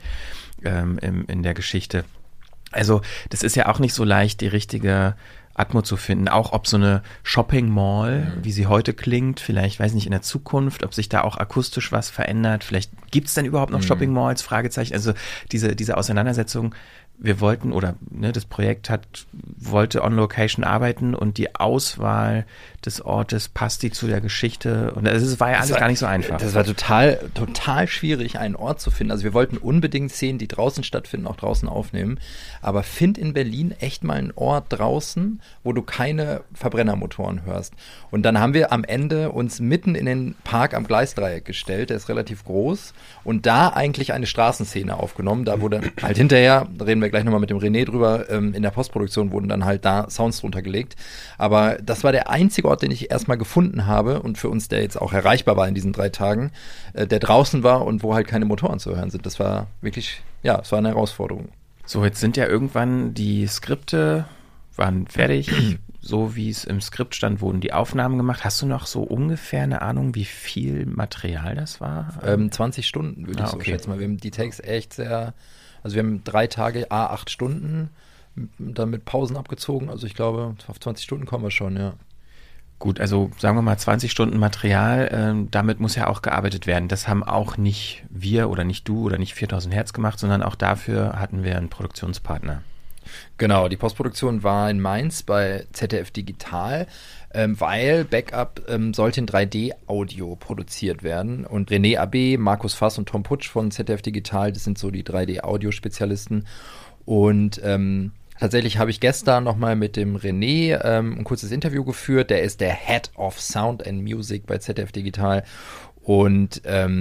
B: in der Geschichte. Also das ist ja auch nicht so leicht, die richtige Atmo zu finden, auch ob so eine Shopping Mall, wie sie heute klingt, vielleicht, weiß nicht, in der Zukunft, ob sich da auch akustisch was verändert, vielleicht gibt es denn überhaupt noch Shopping Malls, Fragezeichen, also diese Auseinandersetzung, wir wollten, oder das Projekt wollte on Location arbeiten und die Auswahl des Ortes, passt die zu der Geschichte und es war ja alles gar nicht so einfach.
A: Das war total schwierig, einen Ort zu finden. Also wir wollten unbedingt Szenen, die draußen stattfinden, auch draußen aufnehmen, aber find in Berlin echt mal einen Ort draußen, wo du keine Verbrennermotoren hörst. Und dann haben wir am Ende uns mitten in den Park am Gleisdreieck gestellt, der ist relativ groß, und da eigentlich eine Straßenszene aufgenommen, da wurde halt hinterher, reden wir gleich nochmal mit dem René drüber, in der Postproduktion wurden dann halt da Sounds drunter gelegt. Aber das war der einzige Ort, den ich erstmal gefunden habe und für uns, der jetzt auch erreichbar war in diesen 3 Tagen, der draußen war und wo halt keine Motoren zu hören sind. Das war wirklich, ja, es war eine Herausforderung.
B: So, jetzt sind ja irgendwann die Skripte, waren fertig, so wie es im Skript stand, wurden die Aufnahmen gemacht. Hast du noch so ungefähr eine Ahnung, wie viel Material das war?
A: 20 Stunden würde ich so schätzen. Wir haben die Takes echt sehr, also wir haben 3 Tage, 8 Stunden, dann mit Pausen abgezogen. Also ich glaube, auf 20 Stunden kommen wir schon, ja.
B: Gut, also sagen wir mal 20 Stunden Material, damit muss ja auch gearbeitet werden. Das haben auch nicht wir oder nicht du oder nicht 4000 Hertz gemacht, sondern auch dafür hatten wir einen Produktionspartner.
A: Genau, die Postproduktion war in Mainz bei ZDF Digital, weil Backup sollte in 3D-Audio produziert werden. Und René Abbé, Markus Fass und Tom Putsch von ZDF Digital, das sind so die 3D-Audio-Spezialisten. Und tatsächlich habe ich gestern nochmal mit dem René ein kurzes Interview geführt. Der ist der Head of Sound and Music bei ZDF Digital. Und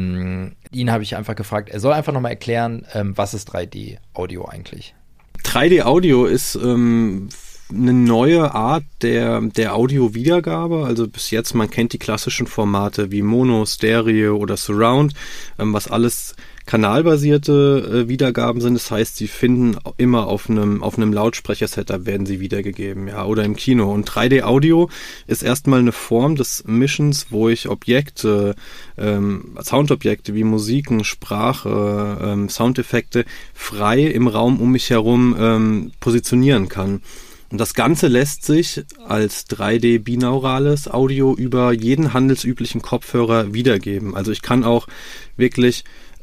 A: ihn habe ich einfach gefragt, er soll einfach nochmal erklären, was ist 3D-Audio eigentlich?
E: 3D-Audio ist eine neue Art der Audio-Wiedergabe. Also bis jetzt, man kennt die klassischen Formate wie Mono, Stereo oder Surround, was alles kanalbasierte Wiedergaben sind. Das heißt, sie finden immer auf einem Lautsprecher-Setup werden sie wiedergegeben, ja, oder im Kino. Und 3D-Audio ist erstmal eine Form des Mischens, wo ich Objekte, Soundobjekte wie Musiken, Sprache, Soundeffekte frei im Raum um mich herum positionieren kann. Und das Ganze lässt sich als 3D-binaurales Audio über jeden handelsüblichen Kopfhörer wiedergeben. Also ich kann auch wirklich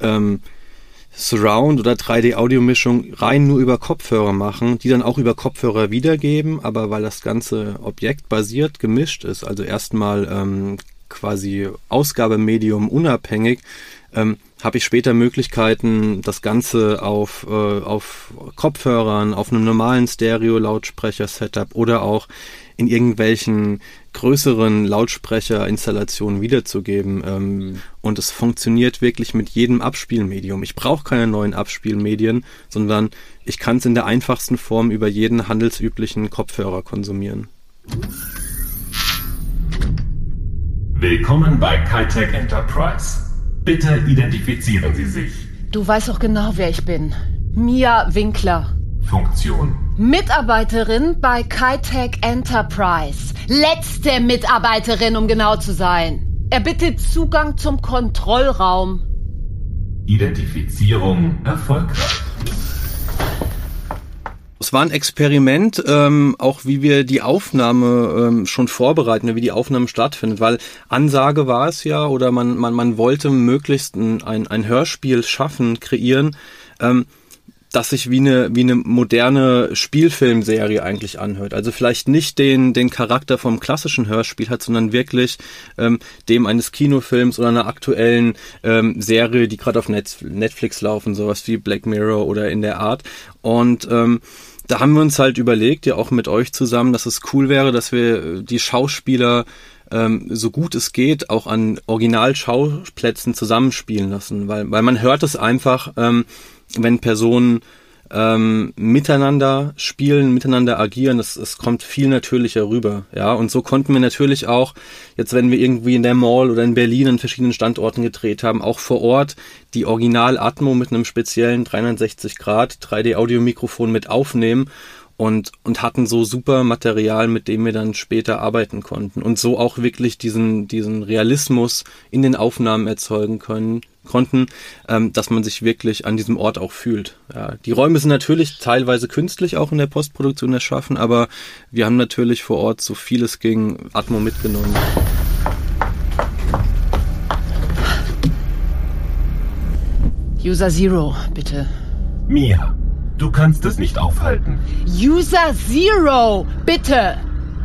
E: Surround- oder 3D-Audio-Mischung rein nur über Kopfhörer machen, die dann auch über Kopfhörer wiedergeben, aber weil das ganze Objekt basiert gemischt ist, also erstmal quasi Ausgabemedium unabhängig, habe ich später Möglichkeiten, das Ganze auf Kopfhörern, auf einem normalen Stereo-Lautsprecher-Setup oder auch in irgendwelchen größeren Lautsprecherinstallationen wiederzugeben. Und es funktioniert wirklich mit jedem Abspielmedium. Ich brauche keine neuen Abspielmedien, sondern ich kann es in der einfachsten Form über jeden handelsüblichen Kopfhörer konsumieren.
I: Willkommen bei Kitec Enterprise. Bitte identifizieren Sie sich.
G: Du weißt doch genau, wer ich bin. Mia Winkler.
I: Funktion.
G: Mitarbeiterin bei Kitec Enterprise. Letzte Mitarbeiterin, um genau zu sein. Er bittet Zugang zum Kontrollraum.
I: Identifizierung erfolgreich.
E: Es war ein Experiment, auch wie wir die Aufnahme schon vorbereiten, wie die Aufnahme stattfindet, weil Ansage war es ja, oder man wollte möglichst ein Hörspiel schaffen, kreieren, das sich wie eine moderne Spielfilmserie eigentlich anhört. Also vielleicht nicht den Charakter vom klassischen Hörspiel hat, sondern wirklich dem eines Kinofilms oder einer aktuellen Serie, die gerade auf Netflix laufen, sowas wie Black Mirror oder in der Art. Und da haben wir uns halt überlegt, ja auch mit euch zusammen, dass es cool wäre, dass wir die Schauspieler so gut es geht auch an Originalschauplätzen zusammenspielen lassen, weil man hört es einfach, wenn Personen miteinander spielen, miteinander agieren, es kommt viel natürlicher rüber, ja, und so konnten wir natürlich auch, jetzt wenn wir irgendwie in der Mall oder in Berlin an verschiedenen Standorten gedreht haben, auch vor Ort die Original-Atmo mit einem speziellen 360° 3D-Audio-Mikrofon mit aufnehmen und hatten so super Material, mit dem wir dann später arbeiten konnten und so auch wirklich diesen Realismus in den Aufnahmen erzeugen konnten, dass man sich wirklich an diesem Ort auch fühlt. Ja, die Räume sind natürlich teilweise künstlich auch in der Postproduktion erschaffen, aber wir haben natürlich vor Ort, so viel es ging, Atmo mitgenommen.
G: User Zero, bitte.
I: Mia, du kannst es nicht aufhalten.
G: User Zero, bitte.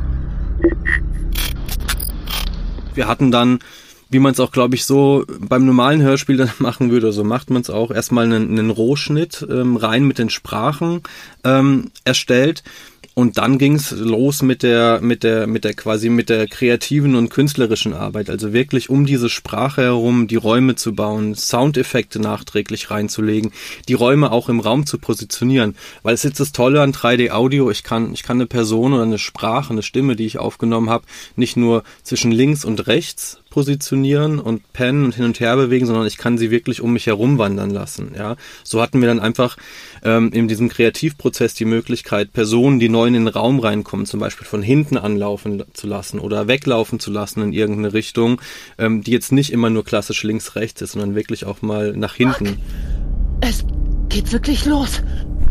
E: Wir hatten dann, wie man es auch, glaube ich, so beim normalen Hörspiel dann machen würde, so macht man es auch, erstmal einen Rohschnitt rein mit den Sprachen erstellt. Und dann ging's los mit der kreativen und künstlerischen Arbeit. Also wirklich um diese Sprache herum die Räume zu bauen, Soundeffekte nachträglich reinzulegen, die Räume auch im Raum zu positionieren. Weil es ist jetzt das Tolle an 3D-Audio, ich kann eine Person oder eine Sprache, eine Stimme, die ich aufgenommen habe, nicht nur zwischen links und rechts positionieren und pennen und hin und her bewegen, sondern ich kann sie wirklich um mich herum wandern lassen. Ja, so hatten wir dann einfach in diesem Kreativprozess die Möglichkeit, Personen, die neu in den Raum reinkommen, zum Beispiel von hinten anlaufen zu lassen oder weglaufen zu lassen in irgendeine Richtung, die jetzt nicht immer nur klassisch links-rechts ist, sondern wirklich auch mal nach hinten.
G: Es geht wirklich los.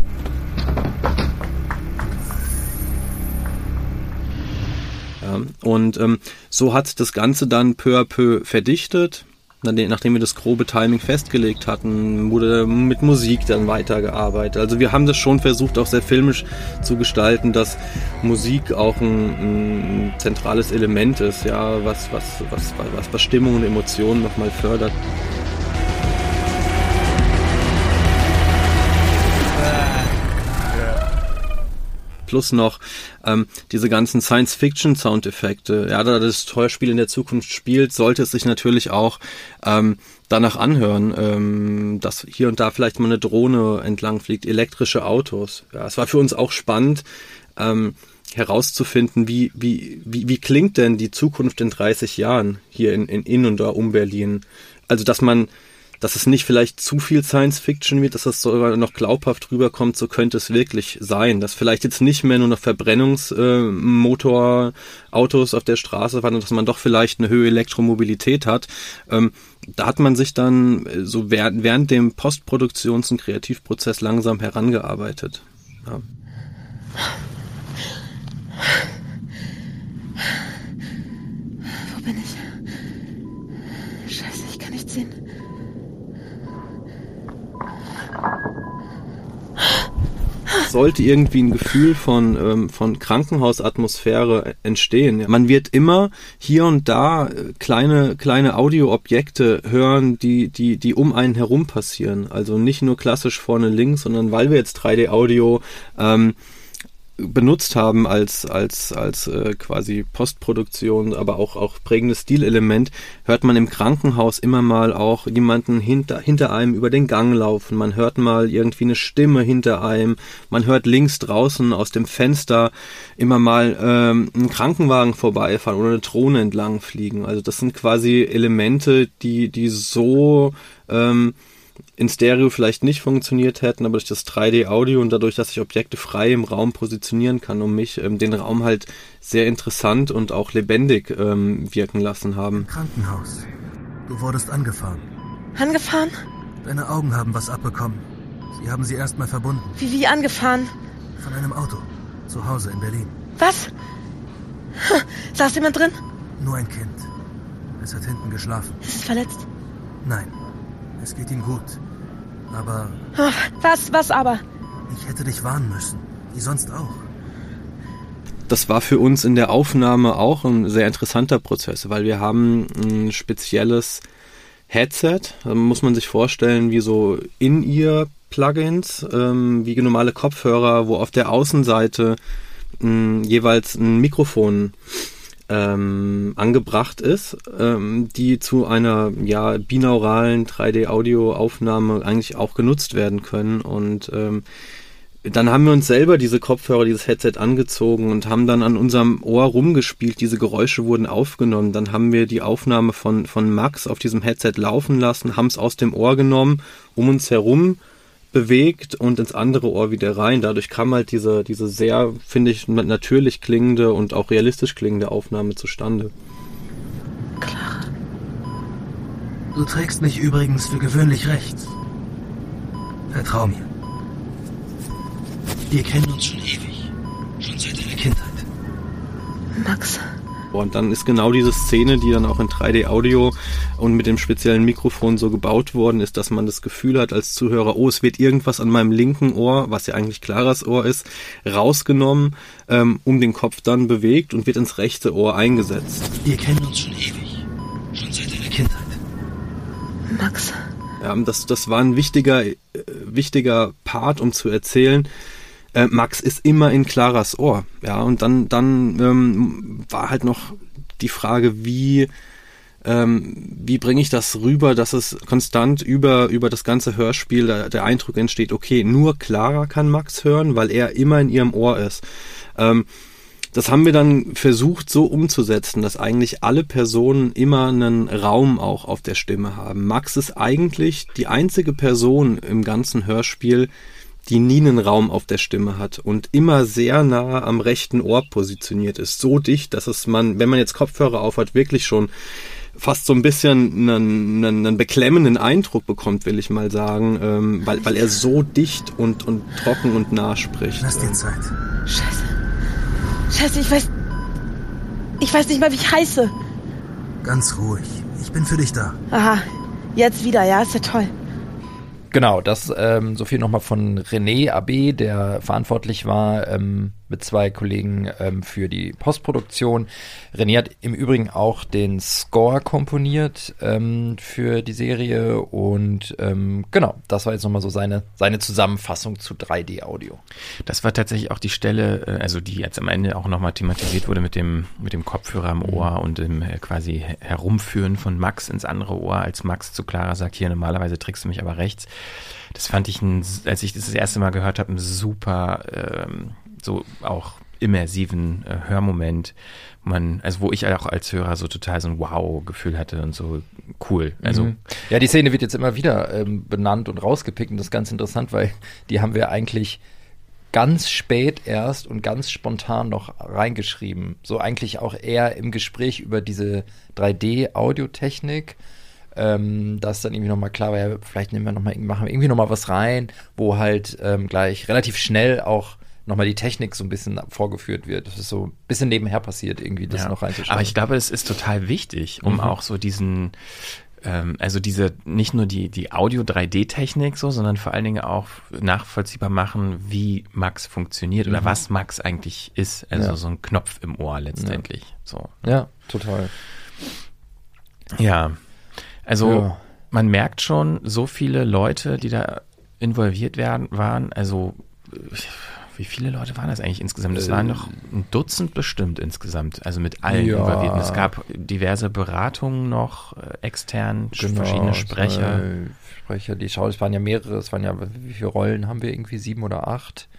E: Ja, und so hat das Ganze dann peu à peu verdichtet. Nachdem wir das grobe Timing festgelegt hatten, wurde mit Musik dann weitergearbeitet. Also wir haben das schon versucht, auch sehr filmisch zu gestalten, dass Musik auch ein zentrales Element ist, ja, was Stimmung und Emotionen nochmal fördert. Plus noch diese ganzen Science-Fiction-Soundeffekte. Ja, da das Hörspiel in der Zukunft spielt, sollte es sich natürlich auch danach anhören, dass hier und da vielleicht mal eine Drohne entlang fliegt, elektrische Autos. Ja, es war für uns auch spannend, herauszufinden, wie klingt denn die Zukunft in 30 Jahren hier in und da um Berlin. Also dass es nicht vielleicht zu viel Science-Fiction wird, dass das sogar noch glaubhaft rüberkommt, so könnte es wirklich sein. Dass vielleicht jetzt nicht mehr nur noch Verbrennungsmotorautos auf der Straße fahren, dass man doch vielleicht eine höhere Elektromobilität hat. Da hat man sich dann so während dem Postproduktions- und Kreativprozess langsam herangearbeitet. Ja.
C: Wo bin ich? Scheiße, ich kann nichts sehen.
E: Sollte irgendwie ein Gefühl von Krankenhausatmosphäre entstehen. Man wird immer hier und da kleine Audioobjekte hören, die um einen herum passieren. Also nicht nur klassisch vorne links, sondern weil wir jetzt 3D-Audio benutzt haben als quasi Postproduktion, aber auch prägendes Stilelement, hört man im Krankenhaus immer mal auch jemanden hinter einem über den Gang laufen. Man hört mal irgendwie eine Stimme hinter einem. Man hört links draußen aus dem Fenster immer mal einen Krankenwagen vorbeifahren oder eine Drohne entlang fliegen. Also das sind quasi Elemente, die so in Stereo vielleicht nicht funktioniert hätten, aber durch das 3D-Audio und dadurch, dass ich Objekte frei im Raum positionieren kann, um mich den Raum halt sehr interessant und auch lebendig wirken lassen haben.
J: Krankenhaus. Du wurdest angefahren.
C: Angefahren?
J: Deine Augen haben was abbekommen. Sie haben sie erstmal verbunden.
C: Wie angefahren?
J: Von einem Auto. Zu Hause in Berlin.
C: Was? Saß jemand drin?
J: Nur ein Kind. Es hat hinten geschlafen.
C: Ist es verletzt?
J: Nein. Es geht ihm gut. Aber...
K: Was aber?
J: Ich hätte dich warnen müssen. Wie sonst auch.
E: Das war für uns in der Aufnahme auch ein sehr interessanter Prozess, weil wir haben ein spezielles Headset, da muss man sich vorstellen, wie so In-Ear-Plugins, wie normale Kopfhörer, wo auf der Außenseite jeweils ein Mikrofon angebracht ist, die zu einer binauralen 3D-Audio-Aufnahme eigentlich auch genutzt werden können. Und dann haben wir uns selber diese Kopfhörer, dieses Headset angezogen und haben dann an unserem Ohr rumgespielt. Diese Geräusche wurden aufgenommen. Dann haben wir die Aufnahme von Max auf diesem Headset laufen lassen, haben es aus dem Ohr genommen, um uns herum bewegt und ins andere Ohr wieder rein. Dadurch kam halt diese sehr, finde ich, natürlich klingende und auch realistisch klingende Aufnahme zustande.
K: Clara.
J: Du trägst mich übrigens für gewöhnlich rechts. Vertrau mir. Wir kennen uns schon ewig. Schon seit deiner Kindheit.
K: Max.
E: Und dann ist genau diese Szene, die dann auch in 3D-Audio und mit dem speziellen Mikrofon so gebaut worden ist, dass man das Gefühl hat als Zuhörer, oh, es wird irgendwas an meinem linken Ohr, was ja eigentlich Claras Ohr ist, rausgenommen, um den Kopf dann bewegt und wird ins rechte Ohr eingesetzt.
J: Wir kennen uns schon ewig. Schon seit deiner Kindheit.
K: Max.
E: Ja, das war ein wichtiger Part, um zu erzählen, Max ist immer in Claras Ohr. Ja, und dann war halt noch die Frage, wie bringe ich das rüber, dass es konstant über das ganze Hörspiel der Eindruck entsteht, okay, nur Clara kann Max hören, weil er immer in ihrem Ohr ist. Das haben wir dann versucht so umzusetzen, dass eigentlich alle Personen immer einen Raum auch auf der Stimme haben. Max ist eigentlich die einzige Person im ganzen Hörspiel, die nie einen Raum auf der Stimme hat und immer sehr nah am rechten Ohr positioniert ist. So dicht, dass wenn man jetzt Kopfhörer aufhat, wirklich schon fast so ein bisschen einen beklemmenden Eindruck bekommt, will ich mal sagen, weil er so dicht und trocken und nah spricht.
J: Lass dir Zeit.
K: Scheiße, ich weiß nicht mal, wie ich heiße.
J: Ganz ruhig. Ich bin für dich da.
K: Aha, jetzt wieder, ja, ist ja toll.
A: Genau, das so viel nochmal von René Abbé, der verantwortlich war mit 2 Kollegen für die Postproduktion. René hat im Übrigen auch den Score komponiert für die Serie und genau, das war jetzt nochmal so seine Zusammenfassung zu 3D-Audio.
B: Das war tatsächlich auch die Stelle, also die jetzt am Ende auch nochmal thematisiert wurde mit dem Kopfhörer im Ohr und dem quasi Herumführen von Max ins andere Ohr, als Max zu Clara sagt, hier normalerweise trickst du mich aber rechts. Das fand ich, als ich das erste Mal gehört habe, einen super, so auch immersiven Hörmoment, wo ich auch als Hörer so total so ein Wow-Gefühl hatte und so cool. Also
A: ja, die Szene wird jetzt immer wieder benannt und rausgepickt und das ist ganz interessant, weil die haben wir eigentlich ganz spät erst und ganz spontan noch reingeschrieben. So eigentlich auch eher im Gespräch über diese 3D-Audiotechnik. Dass dann irgendwie nochmal klar war, ja, vielleicht machen wir irgendwie nochmal was rein, wo halt gleich relativ schnell auch nochmal die Technik so ein bisschen vorgeführt wird. Das ist so ein bisschen nebenher passiert, irgendwie das noch reinzuschauen.
B: Aber ich glaube, es ist total wichtig, um auch so diesen, also diese, nicht nur die Audio-3D-Technik so, sondern vor allen Dingen auch nachvollziehbar machen, wie Max funktioniert oder was Max eigentlich ist. Also so ein Knopf im Ohr letztendlich. So.
A: Ja, total.
B: Ja. Also man merkt schon, so viele Leute, die da involviert waren, also wie viele Leute waren das eigentlich insgesamt? Das waren noch ein Dutzend bestimmt insgesamt, also mit allen Involvierten. Es gab diverse Beratungen noch, extern, verschiedene Sprecher.
A: Die Schauspieler waren ja mehrere, wie viele Rollen haben wir? Irgendwie 7 oder 8?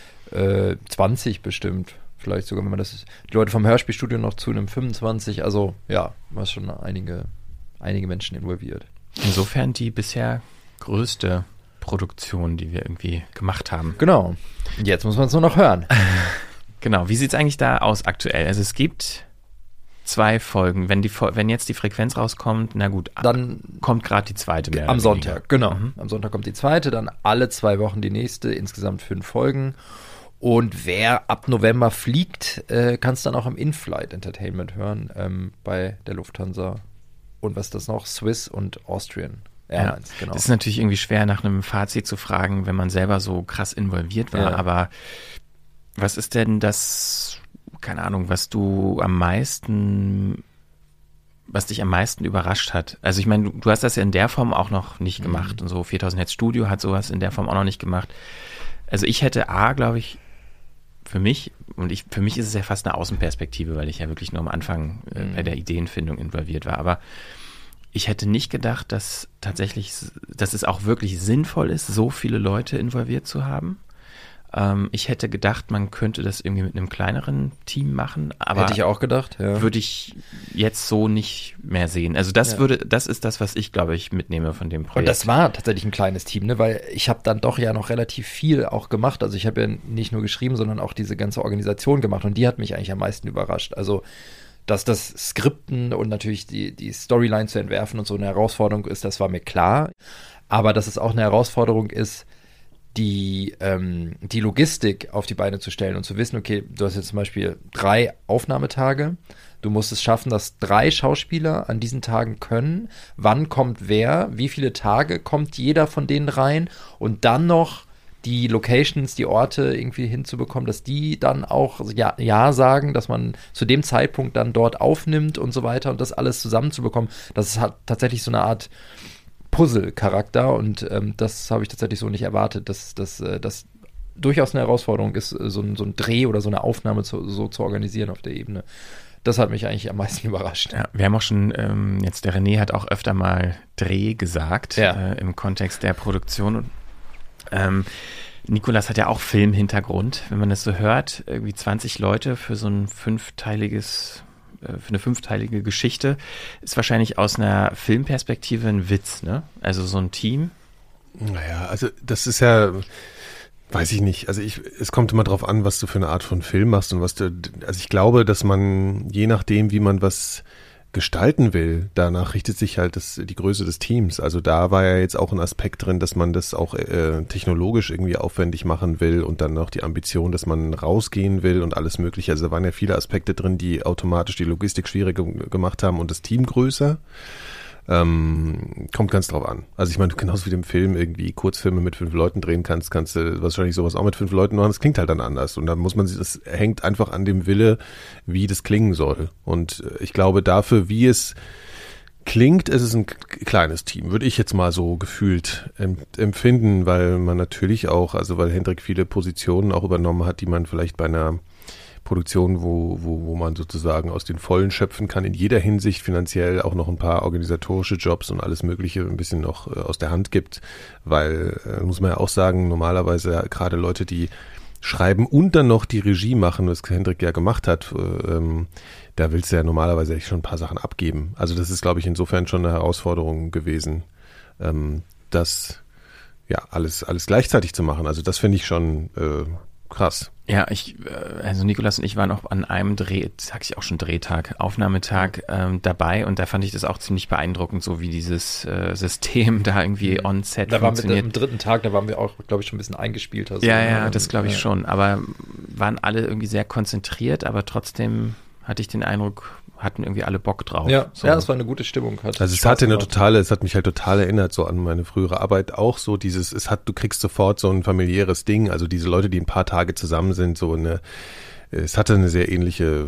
A: 20 bestimmt. Vielleicht sogar, wenn man die Leute vom Hörspielstudio noch zu einem 25, also ja, war schon einige Menschen involviert.
B: Insofern die bisher größte Produktion, die wir irgendwie gemacht haben.
A: Genau. Jetzt muss man es nur noch hören.
B: Genau. Wie sieht es eigentlich da aus aktuell? Also es gibt 2 Folgen. Wenn jetzt die Frequenz rauskommt, na gut, dann kommt gerade die zweite mehr.
A: Am Sonntag, genau. Am Sonntag kommt die zweite, dann alle 2 Wochen die nächste, insgesamt 5 Folgen. Und wer ab November fliegt, kann es dann auch im In-Flight Entertainment hören, bei der Lufthansa. Und was ist das noch? Swiss und Austrian Airlines, genau.
B: Das ist natürlich irgendwie schwer, nach einem Fazit zu fragen, wenn man selber so krass involviert war. Aber was ist denn das, keine Ahnung, was dich am meisten überrascht hat? Also ich meine, du hast das ja in der Form auch noch nicht gemacht und so 4000 Hertz Studio hat sowas in der Form auch noch nicht gemacht. Also ich hätte glaube ich, für mich ist es ja fast eine Außenperspektive, weil ich ja wirklich nur am Anfang bei der Ideenfindung involviert war, aber ich hätte nicht gedacht, dass es auch wirklich sinnvoll ist, so viele Leute involviert zu haben. Ich hätte gedacht, man könnte das irgendwie mit einem kleineren Team machen, aber
A: hätte ich auch gedacht,
B: würde ich jetzt so nicht mehr sehen. Also das ist das, was ich, glaube ich, mitnehme von dem Projekt.
A: Und das war tatsächlich ein kleines Team, ne? Weil ich habe dann doch ja noch relativ viel auch gemacht. Also ich habe ja nicht nur geschrieben, sondern auch diese ganze Organisation gemacht und die hat mich eigentlich am meisten überrascht. Also dass das Skripten und natürlich die Storyline zu entwerfen und so eine Herausforderung ist, das war mir klar. Aber dass es auch eine Herausforderung ist, die Logistik auf die Beine zu stellen und zu wissen, okay, du hast jetzt zum Beispiel 3 Aufnahmetage, du musst es schaffen, dass 3 Schauspieler an diesen Tagen können, wann kommt wer, wie viele Tage kommt jeder von denen rein und dann noch die Locations, die Orte irgendwie hinzubekommen, dass die dann auch ja sagen, dass man zu dem Zeitpunkt dann dort aufnimmt und so weiter und das alles zusammenzubekommen, das hat tatsächlich so eine Art Puzzle-Charakter und das habe ich tatsächlich so nicht erwartet, dass das durchaus eine Herausforderung ist, so ein Dreh oder so eine Aufnahme so zu organisieren auf der Ebene. Das hat mich eigentlich am meisten überrascht.
B: Ja, wir haben auch schon, jetzt der René hat auch öfter mal Dreh gesagt, im Kontext der Produktion. Nicolas hat ja auch Filmhintergrund. Wenn man das so hört, irgendwie 20 Leute für so ein für eine 5-teilige Geschichte, ist wahrscheinlich aus einer Filmperspektive ein Witz, ne? Also so ein Team.
D: Naja, also das ist ja, weiß ich nicht. Also es kommt immer drauf an, was du für eine Art von Film machst und also ich glaube, dass man, je nachdem, wie man was gestalten will, danach richtet sich halt die Größe des Teams. Also da war ja jetzt auch ein Aspekt drin, dass man das auch technologisch irgendwie aufwendig machen will und dann noch die Ambition, dass man rausgehen will und alles mögliche. Also da waren ja viele Aspekte drin, die automatisch die Logistik schwieriger gemacht haben und das Team größer. Kommt ganz drauf an. Also ich meine, genauso wie du im Film irgendwie Kurzfilme mit 5 Leuten drehen kannst du wahrscheinlich sowas auch mit 5 Leuten machen. Das klingt halt dann anders. Und dann das hängt einfach an dem Wille, wie das klingen soll. Und ich glaube, dafür, wie es klingt, ist es ein kleines Team, würde ich jetzt mal so gefühlt empfinden, weil man natürlich auch, also weil Hendrik viele Positionen auch übernommen hat, die man vielleicht bei einer Produktion, wo man sozusagen aus den Vollen schöpfen kann, in jeder Hinsicht finanziell auch noch ein paar organisatorische Jobs und alles Mögliche ein bisschen noch aus der Hand gibt, weil, muss man ja auch sagen, normalerweise gerade Leute, die schreiben und dann noch die Regie machen, was Hendrik ja gemacht hat, da willst du ja normalerweise echt schon ein paar Sachen abgeben. Also das ist, glaube ich, insofern schon eine Herausforderung gewesen, das ja alles gleichzeitig zu machen. Also das finde ich schon krass.
B: Ja, also Nicolas und ich waren auch an einem Aufnahmetag dabei und da fand ich das auch ziemlich beeindruckend, so wie dieses System da irgendwie on-set funktioniert.
A: Am 3. Tag, da waren wir auch, glaube ich, schon ein bisschen eingespielt. Also,
B: ja, das glaube ich schon, aber waren alle irgendwie sehr konzentriert, aber trotzdem hatte ich den Eindruck, hatten irgendwie alle Bock drauf.
A: Ja, so. Ja, es war eine gute Stimmung.
D: Also es hat mich halt total erinnert so an meine frühere Arbeit, auch so du kriegst sofort so ein familiäres Ding, also diese Leute, die ein paar Tage zusammen sind, es hatte eine sehr ähnliche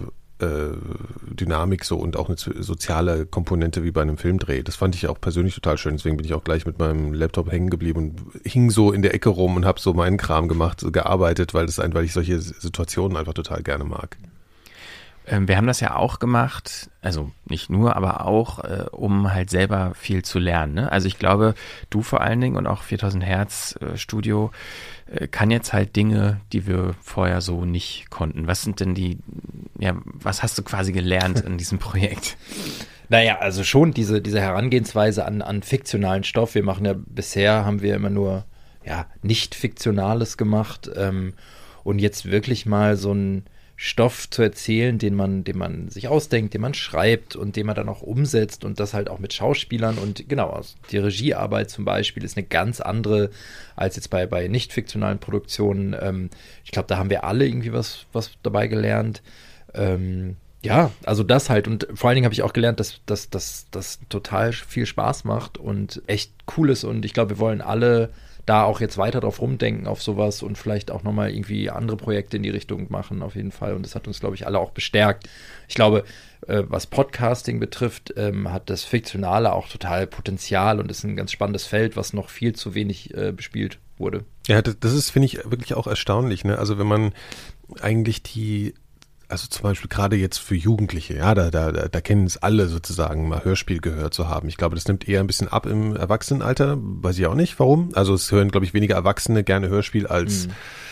D: Dynamik so und auch eine soziale Komponente wie bei einem Filmdreh. Das fand ich auch persönlich total schön, deswegen bin ich auch gleich mit meinem Laptop hängen geblieben und hing so in der Ecke rum und habe so meinen Kram gemacht, so gearbeitet, weil ich solche Situationen einfach total gerne mag.
B: Wir haben das ja auch gemacht, also nicht nur, aber auch, um halt selber viel zu lernen. Ne? Also ich glaube, du vor allen Dingen und auch 4000 Hertz Studio kann jetzt halt Dinge, die wir vorher so nicht konnten. Was sind denn was hast du quasi gelernt in diesem Projekt?
A: Naja, also schon diese Herangehensweise an fiktionalen Stoff. Bisher haben wir immer nur nicht Fiktionales gemacht und jetzt wirklich mal so ein Stoff zu erzählen, den man sich ausdenkt, den man schreibt und den man dann auch umsetzt und das halt auch mit Schauspielern und genau, die Regiearbeit zum Beispiel ist eine ganz andere als jetzt bei nicht fiktionalen Produktionen. Ich glaube, da haben wir alle irgendwie was dabei gelernt. Ja, also das halt. Und vor allen Dingen habe ich auch gelernt, dass das total viel Spaß macht und echt cool ist. Und ich glaube, wir wollen alle da auch jetzt weiter drauf rumdenken auf sowas und vielleicht auch nochmal irgendwie andere Projekte in die Richtung machen, auf jeden Fall. Und das hat uns, glaube ich, alle auch bestärkt. Ich glaube, was Podcasting betrifft, hat das Fiktionale auch total Potenzial und ist ein ganz spannendes Feld, was noch viel zu wenig bespielt wurde.
D: Ja, das ist, finde ich, wirklich auch erstaunlich, ne? Also wenn man eigentlich also zum Beispiel gerade jetzt für Jugendliche, ja, da kennen es alle sozusagen, mal Hörspiel gehört zu haben. Ich glaube, das nimmt eher ein bisschen ab im Erwachsenenalter, weiß ich auch nicht, warum. Also es hören, glaube ich, weniger Erwachsene gerne Hörspiel als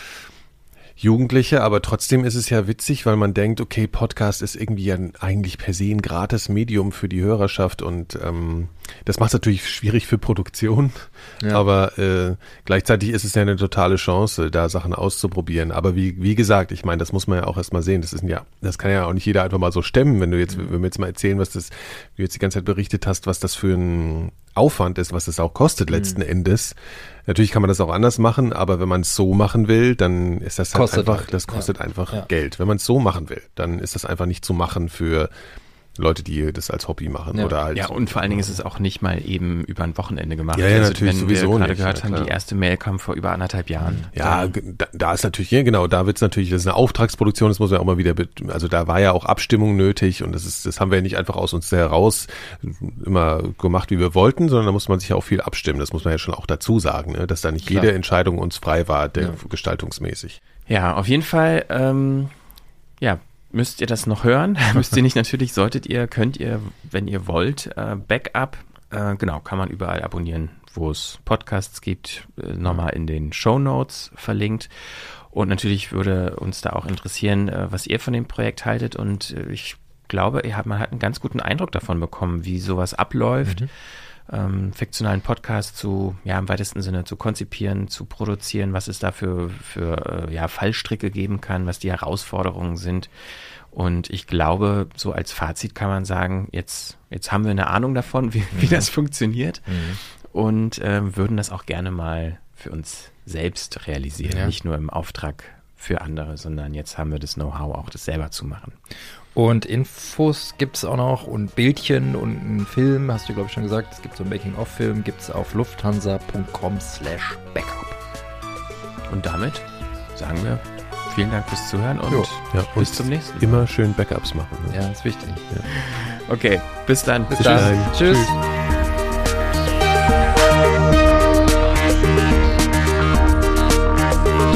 D: Jugendliche, aber trotzdem ist es ja witzig, weil man denkt, okay, Podcast ist irgendwie ja eigentlich per se ein gratis Medium für die Hörerschaft und das macht es natürlich schwierig für Produktion, aber gleichzeitig ist es ja eine totale Chance, da Sachen auszuprobieren. Aber wie gesagt, ich meine, das muss man ja auch erstmal sehen. Das kann ja auch nicht jeder einfach mal so stemmen, wenn wir jetzt mal erzählen, wie du jetzt die ganze Zeit berichtet hast, was das für ein Aufwand ist, was es auch kostet letzten Endes. Natürlich kann man das auch anders machen, aber wenn man es so machen will, dann ist das halt kostet einfach Geld. Wenn man es so machen will, dann ist das einfach nicht zu machen für Leute, die das als Hobby machen.
B: Ja.
D: Oder halt.
B: Ja, und vor allen Dingen ist es auch nicht mal eben über ein Wochenende gemacht.
D: Ja, also natürlich
B: wenn wir gerade
D: nicht.
B: gehört haben, die erste Mail kam vor über 1,5 Jahren.
D: Ja, da ist natürlich, genau, da wird's natürlich, das ist eine Auftragsproduktion, das muss man auch mal wieder, also da war ja auch Abstimmung nötig und das haben wir ja nicht einfach aus uns heraus immer gemacht, wie wir wollten, sondern da muss man sich ja auch viel abstimmen. Das muss man ja schon auch dazu sagen, ne, dass da nicht jede Entscheidung uns frei war, gestaltungsmäßig.
B: Ja, auf jeden Fall, müsst ihr das noch hören? Müsst ihr nicht, natürlich könnt ihr, wenn ihr wollt, Backup, kann man überall abonnieren, wo es Podcasts gibt, nochmal in den Shownotes verlinkt. Und natürlich würde uns da auch interessieren, was ihr von dem Projekt haltet. Und ich glaube, man hat einen ganz guten Eindruck davon bekommen, wie sowas abläuft. Fiktionalen Podcast im weitesten Sinne zu konzipieren, zu produzieren, was es da für Fallstricke geben kann, was die Herausforderungen sind. Und ich glaube, so als Fazit kann man sagen, jetzt haben wir eine Ahnung davon, wie das funktioniert und würden das auch gerne mal für uns selbst realisieren, nicht nur im Auftrag für andere, sondern jetzt haben wir das Know-how, auch das selber zu machen.
A: Und Infos gibt es auch noch und Bildchen und einen Film, hast du, glaube ich, schon gesagt. Es gibt so einen Making-of-Film, gibt es auf lufthansa.com/backup.
B: Und damit sagen wir vielen Dank fürs Zuhören und bis zum nächsten Mal.
D: Immer schön Backups machen. Ne?
A: Ja, ist wichtig.
B: Ja. Okay, bis dann.
A: Bis dann. Tschüss.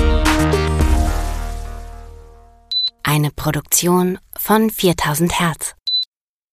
L: Eine Produktion von 4000 Hertz.